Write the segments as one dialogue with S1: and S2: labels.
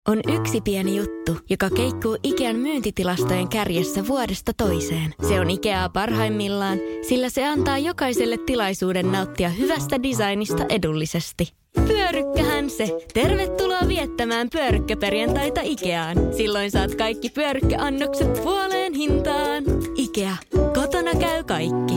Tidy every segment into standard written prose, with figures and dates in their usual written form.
S1: on yksi pieni juttu, joka keikkuu Ikean myyntitilastojen kärjessä vuodesta toiseen. Se on Ikeaa parhaimmillaan, sillä se antaa jokaiselle tilaisuuden nauttia hyvästä designista edullisesti. Pyörykkähän se! Tervetuloa viettämään pyörykkäperjantaita Ikeaan. Silloin saat kaikki pyörykkäannokset puoleen hintaan. Ikea. Kotona käy kaikki.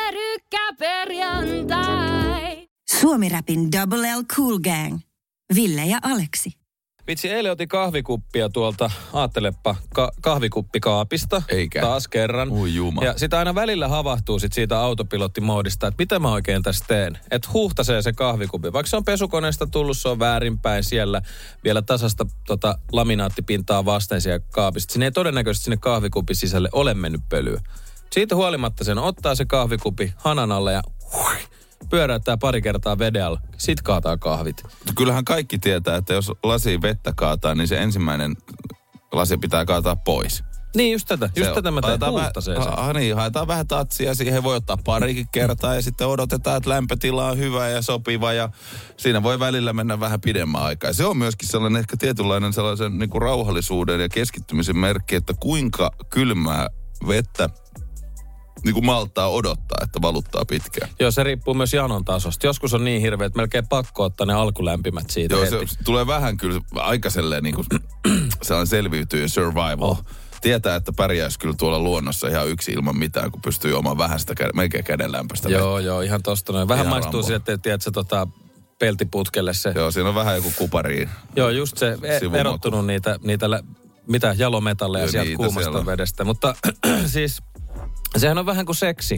S1: Pyörykkäperjantai!
S2: Suomi-räpin Double L Cool Gang. Ville ja Aleksi.
S3: Vitsi, eilen otin kahvikuppia tuolta, ajattelepa, kahvikuppikaapista.
S4: Eikä.
S3: Taas kerran.
S4: Ui juma.
S3: Ja sitä aina välillä havahtuu siitä autopilottimoodista, että mitä mä oikein tässä teen. Että huhtasee se kahvikuppi. Vaikka se on pesukoneesta tullut, se on väärinpäin siellä vielä tasasta laminaattipintaa vasten siellä kaapista. Sinne ei todennäköisesti sinne kahvikupin sisälle ole mennyt pölyä. Siitä huolimatta sen ottaa se kahvikupi hanan alle ja pyöräyttää pari kertaa veden alla. Sit kaataa kahvit.
S4: Kyllähän kaikki tietää, että jos lasi vettä kaataa, niin se ensimmäinen lasi pitää kaataa pois.
S3: Niin, just tätä mä teen, huhtasee sen.
S4: Niin, haetaan vähän tatsia, siihen voi ottaa parikin kertaa ja sitten odotetaan, että lämpötila on hyvä ja sopiva ja siinä voi välillä mennä vähän pidemmän aikaa. Se on myöskin sellainen ehkä tietynlainen sellaisen niin kuin rauhallisuuden ja keskittymisen merkki, että kuinka kylmää vettä niin kuin malttaa odottaa, että valuttaa pitkään.
S3: Joo, se riippuu myös janon tasosta. Joskus on niin hirveä, että melkein pakko ottaa ne alkulämpimät siitä.
S4: Joo,
S3: heti.
S4: Se tulee vähän kyllä aika niin kuin sellainen selviytyy survival. Tietää, että pärjäisi kyllä tuolla luonnossa ihan yksi ilman mitään, kun pystyy oman vähästä, melkein kädenlämpöistä.
S3: Joo, ihan tosta noin. Vähän ihan maistuu siitä, että tiedätkö, peltiputkelle se.
S4: Joo, siinä on vähän joku kupariin.
S3: Joo, just se erottunut niitä mitä jalometalleja sieltä kuumasta vedestä. Mutta siis sehän on vähän kuin seksi.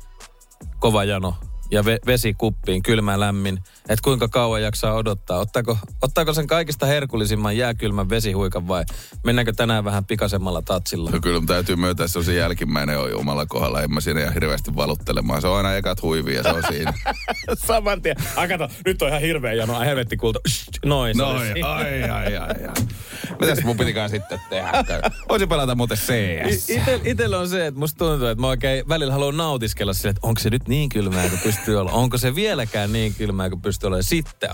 S3: Kova jano ja vesi kuppiin, kylmä lämmin. Että kuinka kauan jaksaa odottaa. Ottaako sen kaikista herkullisimman jääkylmän vesihuikan vai mennäänkö tänään vähän pikasemmalla tatsilla?
S4: No kyllä täytyy myöntää, että se on se jälkimmäinen omalla kohdalla. En mä siinä ihan hirveästi valuttelemaan. Se on aina ekat huivia ja se on siinä.
S3: Saman tien. Kato, nyt on ihan hirveä jano. Helvetti kulta. Noin.
S4: Ai. Mitäs mun pitikään sitten tehdä? Voisin pelata muuten CS.
S3: Itellä on se, että musta tuntuu, että mä oikein välillä haluan nautiskella sille, että onko se nyt niin kylmää kuin pystyy olla. Onko se vieläkään niin kylmää kuin pystyy olla. Sitten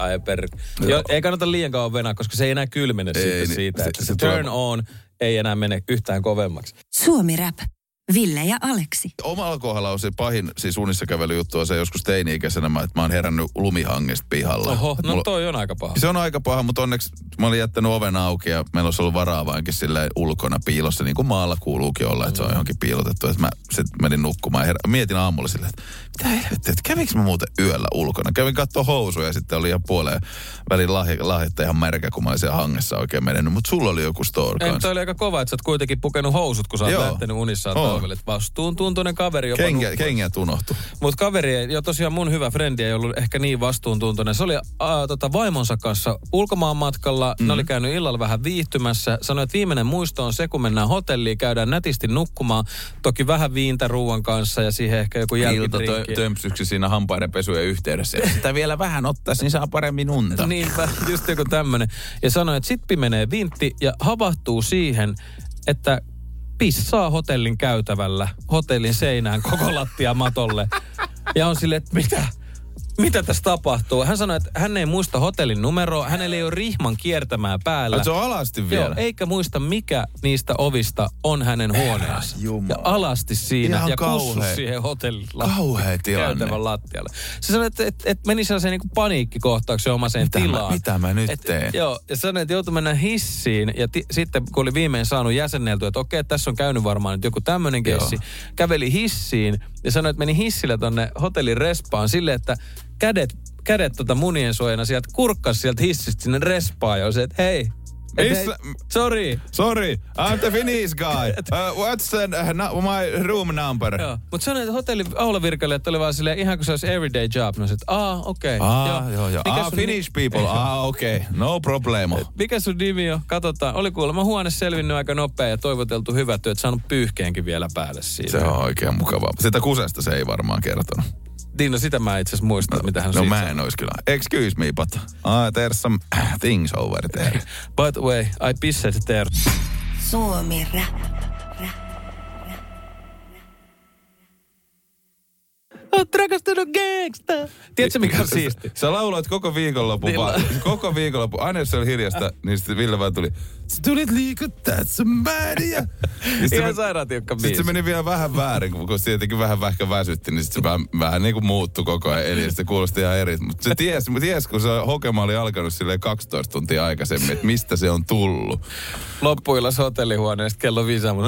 S3: ei kannata liian kauan venää, koska se ei enää kylmene siitä. Että se turn on ei enää mene yhtään kovemmaksi.
S2: Suomi-rap. Ville ja Aleksi.
S4: Omalla kohdalla on se pahin, siis unissa kävelyjuttu on se joskus teini-ikäisenä, että mä oon herännyt lumihangesta pihalla.
S3: Oho, toi on aika paha.
S4: Se on aika paha, mutta onneksi mä olin jättänyt oven auki ja meillä olisi ollut varaavainkin silleen ulkona piilossa, niin kuin maalla kuuluukin olla, että se on johonkin piilotettu. Että mä sitten menin nukkumaan ja mietin aamulla silleen, että mitä helvettiä, että kävinkö mä muuten yöllä ulkona? Kävin katsoa housuja ja sitten oli ihan puoleen välin lahjetta ihan märkä, kun mä olin siellä hangessa oikein mennyt. Mutta sulla oli joku story kanssa.
S3: Toi oli aika kova, että sä oot kuitenkin pukenut housut, kun sä oot lähtenyt unissaan talvelle. Vastuuntuntoinen kaveri jopa
S4: Kengät unohtui.
S3: Mutta kaveri ei, jo tosiaan mun hyvä frendi ei ollut ehkä niin vastuuntuntoinen. Se oli vaimonsa kanssa ulkomaanmatkalla. Ne oli käynyt illalla vähän viihtymässä. Sanoi, että viimeinen muisto on se, kun mennään hotelliin, käydään nätisti nukkumaan. Toki vähän viintä ruuan kanssa ja siihen ehkä joku jälkidrinkki.
S4: Tömpsyksi siinä hampaiden pesujen yhteydessä. Ja sitä vielä vähän ottaisi, niin saa paremmin unta.
S3: Niinpä, just joku tämmönen. Ja sanoi, että sit pimenee vintti ja havahtuu siihen, että pissaa hotellin käytävällä, hotellin seinään koko lattiamatolle. Ja on silleen, että mitä tässä tapahtuu? Hän sanoi, että hän ei muista hotellin numeroa, hänellä ei ole rihman kiertämää päällä.
S4: Se on alasti vielä.
S3: Joo, eikä muista mikä niistä ovista on hänen huoneensa. Ja alasti siinä ihan ja kussus siihen hotellin käytävän lattialle. Se sanoi, että meni sellaiseen niin kuin paniikkikohtaukseen omaseen tilaan.
S4: Mitä mä nyt teen?
S3: Joo, ja sanoi, että joutui mennä hissiin. Ja sitten kun oli viimein saanut jäsenneltyä, että okei, tässä on käynyt varmaan nyt joku tämmöinen keissi. Käveli hissiin ja sanoi, että meni hissillä tonne hotellin respaan silleen, että kädet munien suojana sieltä kurkkasi sieltä hissistä sinne respaan ja se, että hei. Sorry,
S4: I'm the Finnish guy. What's my room number?
S3: Joo, mutta sanoin, että hotellin aulavirkailijat oli vaan silleen, ihan kuin se olisi everyday job. No se, että okei.
S4: Joo. Finnish people, okei. No problemo.
S3: Mikä sun nimi on? Katsotaan. Oli kuulemma huone selvinnyt aika nopea ja toivoteltu hyvä työ, että saanut pyyhkeenkin vielä päälle siitä.
S4: Se on oikein mukavaa. Sitä kusesta se ei varmaan kertonut.
S3: Niin, no sitä mä itse asiassa muistan, mitä hän
S4: siitä mä en ois kyllä. Excuse me, but there's some things over there.
S3: By the way, I pissed there.
S2: Suomi-rap.
S3: oot rakastunut gangsta. Tiedätkö mikä on siisti?
S4: Sä lauloit koko viikonloppu vaan. Koko viikonloppu. Aina jos se oli hiljasta, niin sitten Ville vaan tuli. Sä tulit liikuttaa somebodya.
S3: Ihan sairaan tiukka biisi.
S4: Sitten se meni vielä vähän väärin, kun se tietenkin vähän väsytti, niin sitten se vähän niin kuin muuttui koko ajan. Eli se kuulosti ihan eri. Mutta se ties, kun se hokema oli alkanut silleen 12 tuntia aikaisemmin, että mistä se on tullut.
S3: Loppuillassa hotellihuoneesta kello 5 aamulla.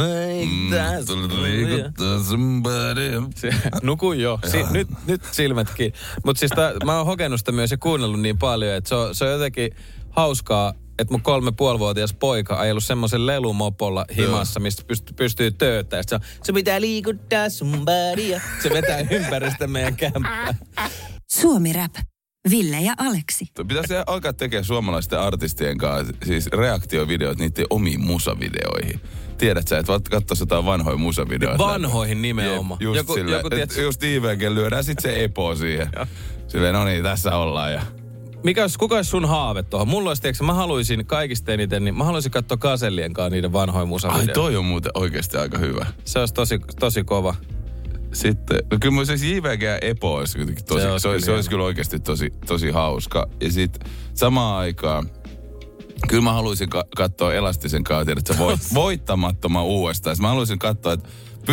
S4: Tulit liikuttaa somebodya.
S3: Nukuin jo. Nyt silmätkin. Mutta siis mä oon hokenut sitä myös ja kuunnellut niin paljon, että se on jotenkin hauskaa, että mun 3,5-vuotias poika ajellut semmoisen lelumopolla himassa, mistä pystyy tööttää. Se pitää liikuttaa somebodya. Se vetää ympäri sitä meidän kämppää.
S2: Suomi Rap. Ville ja Aleksi.
S4: Pitäisi alkaa tekemään suomalaisten artistien kanssa siis reaktiovideot niiden omiin musavideoihin. Tiedät sä, että voit katsoa jotain vanhoja musavideoita.
S3: Vanhoihin nimenomaan.
S4: Just silleen, just IVG lyödään sit se epo siihen. Silleen, no niin, tässä ollaan ja...
S3: Kuka olisi sun haave tuohon? Mulla olisi, tiedätkö, mä haluaisin kaikista eniten, niin mä haluaisin katsoa Kasellien kanssa niiden vanhoja musavideoita.
S4: Ai toi on muuten oikeasti aika hyvä.
S3: Se olisi tosi kova.
S4: Sitten, no kyllä mun se JVG ja Epo olisi kuitenkin se olisi kyllä oikeasti tosi hauska. Ja sitten samaan aikaan, kyllä mä haluaisin katsoa Elastisen kanssa, tiedätkö, voittamattoman uudestaan. Mä haluaisin katsoa, että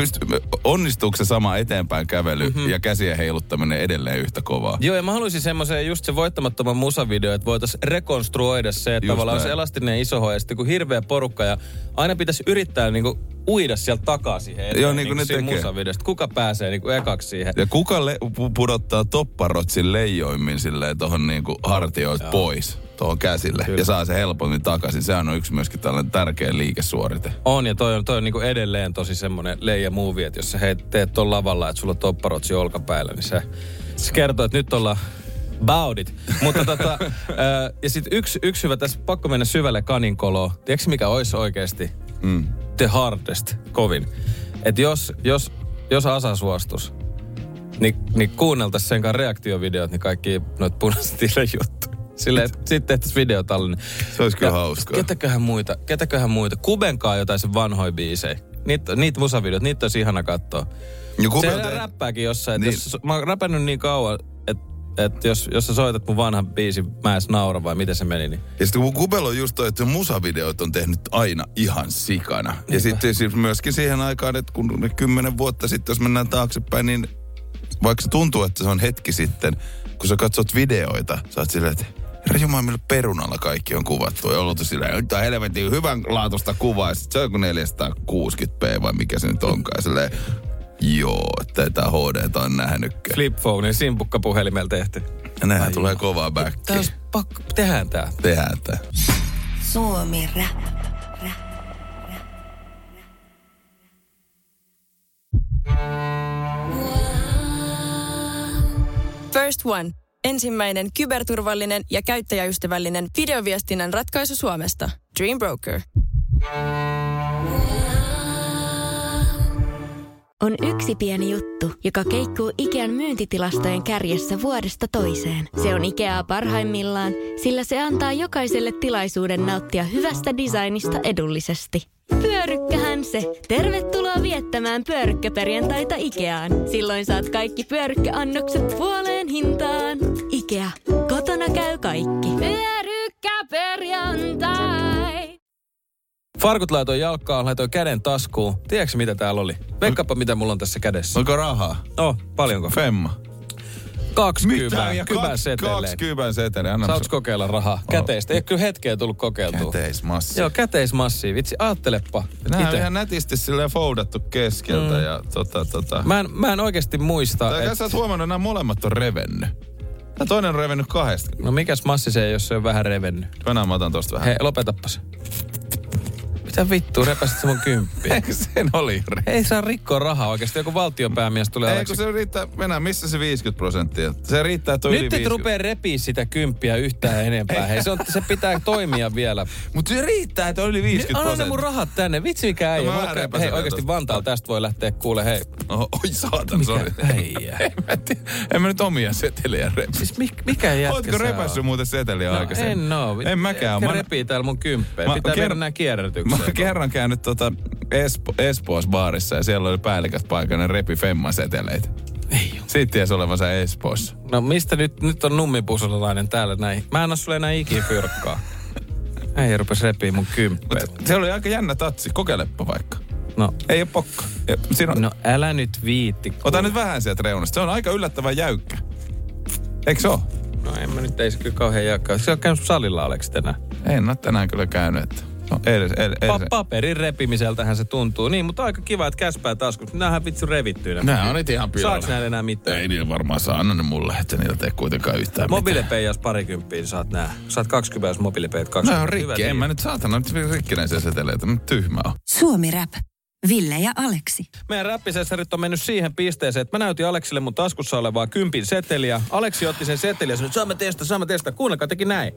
S4: onnistuuko se sama eteenpäin kävely ja käsien heiluttaminen edelleen yhtä kovaa?
S3: Joo, ja mä haluaisin semmoisen just se voittamattoman musavideo, että voitaisiin rekonstruoida se, että tavallaan olisi Elastinen isoho ja sitten kun hirveä porukka ja aina pitäisi yrittää niinku uida sieltä takaa siihen eteen.
S4: Joo, niin kuin ne tekee.
S3: Musavideosta. Kuka pääsee niinku ekaksi siihen?
S4: Ja kuka pudottaa topparotsin leijoimmin silleen tohon niinku hartioilta pois tuohon käsille. Kyllä. Ja saa se helpommin takaisin. Sehän on yksi myöskin tällainen tärkeä liikesuorite.
S3: On, ja toi on niinku edelleen tosi semmoinen leija movie, että jos sä teet ton lavalla, että sulla on topparotsi olkapäällä, niin se kertoo, että nyt ollaan about it. Mutta ja sitten yksi hyvä, tässä pakko mennä syvälle kaninkoloon. Tiedätkö mikä olisi oikeasti the hardest, kovin? Että jos Asa suostus, niin kuunneltaisiin sen kanssa reaktiovideot, niin kaikki noita punaiset juttuja. Silleen, että sitten tehtäisiin videotallinen.
S4: Se olisi kyllä hauskaa.
S3: Ketäköhän muita? Kubenkaan jotain sen vanhoja biisejä. Niitä musavideot, niitä olisi ihana katsoa. Se räppääkin jossain. Niin. Mä oon räpännyt niin kauan, että jos sä soitat mun vanhan biisin, mä edes naura vai miten se meni. Niin.
S4: Ja sitten kun Kubel on just toi, että musavideot on tehnyt aina ihan sikana. Ja sitten siis myöskin siihen aikaan, että kun 10 vuotta sitten, jos mennään taaksepäin, niin vaikka se tuntuu, että se on hetki sitten, kun sä katsot videoita, sä oot silleen, että herra jumala, millä perunalla kaikki on kuvattu. Ja oltu silleen, nyt on helvetin hyvän laatusta kuvaa. Ja sit se on 460p vai mikä se nyt onkaan. Ja silleen, joo, tätä HD on nähnytkään.
S3: Flip phone, simpukka puhelimella tehty.
S4: Ja näinhän tulee kovaa backia.
S3: Tää olisi pakko, tehdään tää.
S2: Suomi Rap.
S5: First One. Ensimmäinen kyberturvallinen ja käyttäjäystävällinen videoviestinnän ratkaisu Suomesta. Dream Broker.
S1: On yksi pieni juttu, joka keikkuu Ikean myyntitilastojen kärjessä vuodesta toiseen. Se on Ikeaa parhaimmillaan, sillä se antaa jokaiselle tilaisuuden nauttia hyvästä designista edullisesti. Pyörykkähän se. Tervetuloa viettämään pyörykkäperjantaita Ikeaan. Silloin saat kaikki pyörykkäannokset puoleen hintaan. Ikea. Kotona käy kaikki. Pyörykkäperjantai.
S3: Farkut laitoin jalkaan, laitoin käden taskuun. Tiedätkö mitä täällä oli? Veikkaappa mitä mulla on tässä kädessä.
S4: Onko rahaa?
S3: Paljonko?
S4: Femma.
S3: 2 kybän seteleet.
S4: 2 kybän seteleet.
S3: Saatko kokeilla rahaa? Käteistä. Ei ole kyllä hetkeä tullut kokeiltua.
S4: Käteismassi.
S3: Joo, käteismassi. Vitsi, ajattelepa.
S4: Nämä on ihan nätisti silleen foldattu keskeltä ja
S3: Mä en oikeasti muista.
S4: Sä oot huomannut, nämä molemmat on revennyt. Ja toinen on revennyt 2.
S3: No mikäs massi se ei, jos se on vähän revennyt?
S4: Tänään mä otan tosta vähän.
S3: Hei, lopetappas. Mitä vittua, repäsit se mun 10?
S4: Eikö sen oli?
S3: Ei saa rikkoa rahaa oikeasti, joku valtionpäämies tulee
S4: Ei kun se riittää, mennään, missä se 50%? Se riittää toi yli 50.
S3: Nyt et rupee repii sitä 10 yhtään enempää. Hei, se pitää toimia vielä.
S4: Mutta se riittää, että on yli 50%.
S3: Anna ne mun rahat tänne, vitsi mikä ei. Hei, oikeasti Vantaalla tästä voi lähteä kuule, hei.
S4: Oi saatan, sori. En mä nyt omia seteliä repi.
S3: Siis mikä jätkä
S4: ootko repässyt muuten seteliä aikaisemmin?
S3: En oo.
S4: En mäkään.
S3: Repii täällä mun 10. Pitää viedä nää kierrätykseen.
S4: Mä oon kerran käynyt Espoossa baarissa ja siellä oli päällikäs paikallinen repi femman seteleitä.
S3: Ei oo.
S4: Siitä ties olevansa Espoossa.
S3: No mistä nyt on nummipusolalainen täällä näin? Mä en oo sulle enää ikin fyrkkaa. Ei rupes repii mun kymppeet.
S4: Se oli aika jännä tatsi. Kokeilepa vaikka.
S3: No.
S4: Ei oo pokka.
S3: No älä nyt viitti.
S4: Ota nyt vähän sieltä reunasta. Se on aika yllättävän jäykkä. Eikö se oo?
S3: No en mä nyt ei se kyllä kauhean jakaa. Se on käynyt salilla, Aleksi, tänään?
S4: En ole tänään kyllä käynyt, että...
S3: Paperin repimiseltähän se tuntuu. Niin, mutta aika kiva, että käspää taskussa. Nämähän vitsi revittyy.
S4: Nämä on nyt ihan pilalla.
S3: Saaks näille enää mitään?
S4: Ei niillä varmaan saa. Anna ne mulle, että niillä tee kuitenkaan yhtään mitään.
S3: Mobiilepay jos 20, niin saat nää. Saat 20, jos mobiilepay 20.
S4: No on rikki. En mä nyt saatana nyt rikkinäisiä seteleitä. Nyt tyhmä on.
S2: Suomi Rap. Ville ja Aleksi.
S3: Meidän räppisessarit on mennyt siihen pisteeseen, että mä näytin Aleksille mun taskussa olevaa 10 seteliä. Aleksi otti sen seteliä ja sanoi, että saama testaa. Kuunnelkaa, teki näin.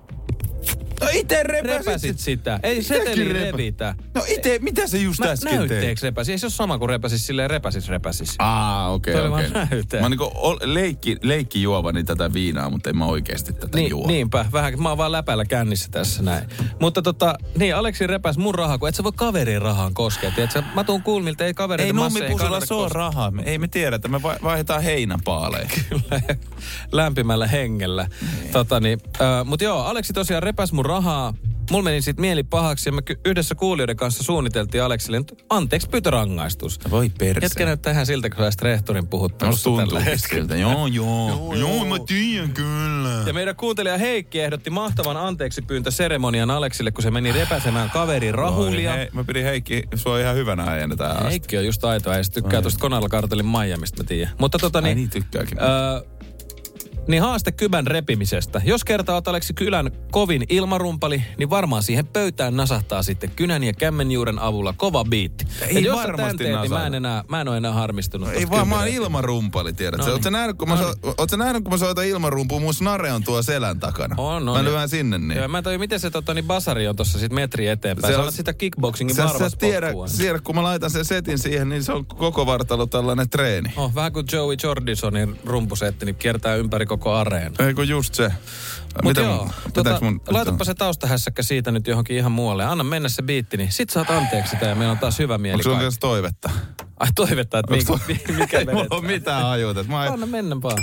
S4: No ite
S3: repäsit sitä. Ei seteli revitä.
S4: No ite, mitä se just äsken teit?
S3: Näytteeksi repäsi. Ei se ole sama kuin repäsis, silleen repäsis.
S4: Okei. Mä niinku leikki juovani tätä viinaa, mutta en mä oikeesti tätä juo.
S3: Niinpä, vähän mä oon vaan läpällä kännissä tässä näin. Mutta niin Aleksi repäs mun rahaa, kun et sä voi kaverin rahaan koskea. Tiedätkö, mä tuun kulmilta, ei kavereiden massa ei kannata
S4: se on rahaa. Ei me tiedetä, me vaihdetaan heinäpaaleja.
S3: Kyllä, lämpimällä hengellä. Mutta joo, Aleksi tosiaan repäs mun rahaa. Mulla meni sit mieli pahaksi ja me yhdessä kuulijoiden kanssa suunniteltiin Aleksille anteeksi pyytörangaistus.
S4: Voi perse.
S3: Hetken näyttää ihan siltä, kun sä rehtorin puhuttelussa tällä hetkellä.
S4: Joo, mä tiedän kyllä.
S3: Ja meidän kuuntelija Heikki ehdotti mahtavan anteeksi pyyntöseremonian Aleksille, kun se meni repäsemään kaverin rahulia.
S4: Mä pidin Heikki, sua ihan hyvänä äijänä tää asti.
S3: Heikki on just aito äijä, se tykkää tuosta Konalla Kartelin Miamista, mä tiedän. Mutta
S4: niin tykkääkin.
S3: Niin haaste kybän repimisestä. Jos kertaa oot Aleksi kylän kovin ilmarumpali, niin varmaan siihen pöytään nasahtaa sitten kynän ja kämmenjuuren avulla kova biitti.
S4: Ei jos varmasti nasahtaa.
S3: Niin mä en ole enää harmistunut.
S4: Ei vaan, mä oon ilmarumpali, tiedät. No, Ootko sä nähnyt, kun mä soitan ilmarumpuun, mun snare on tuo selän takana. Mä lyön sinne niin.
S3: Joo, mä en tajua, miten se basari on tossa sit metri eteenpäin. Sä olet sitä kickboxingin varvaspotkua.
S4: Sä tiedä, kun mä laitan sen setin siihen, niin se on koko vartalo tällainen treeni.
S3: Vähän kuin Joey Jordisonin rumpusetti, niin kiertää ympäri koko areena.
S4: Ei kun just se.
S3: Mutta joo, laitapa se taustahässäkkä siitä nyt johonkin ihan muualle. Anna mennä se biitti, niin sit saat anteeksi sitä ja meillä on taas hyvä mieli.
S4: Onko sulla myös toivetta?
S3: Ai toivetta, että mikä
S4: ei mulla ole mitään hajuuta.
S3: Anna mennä vaan.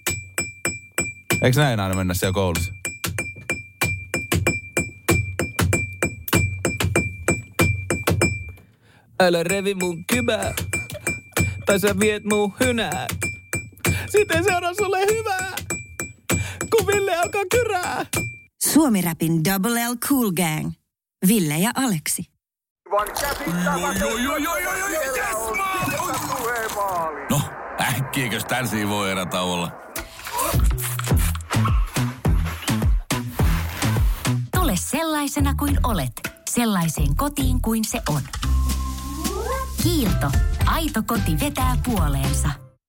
S4: Eikö näin aina mennä siellä koulussa?
S3: Älä revi mun kybää, tai sä viet mun hynää. Sitten se on sulle hyvää, kun Ville alkaa kyrää.
S2: Suomi Rapin Double L Cool Gang. Ville ja Aleksi.
S4: No, äkkiäkös tän voi erätä olla?
S6: Tule sellaisena kuin olet, sellaiseen kotiin kuin se on. Kiilto. Aito koti vetää puoleensa.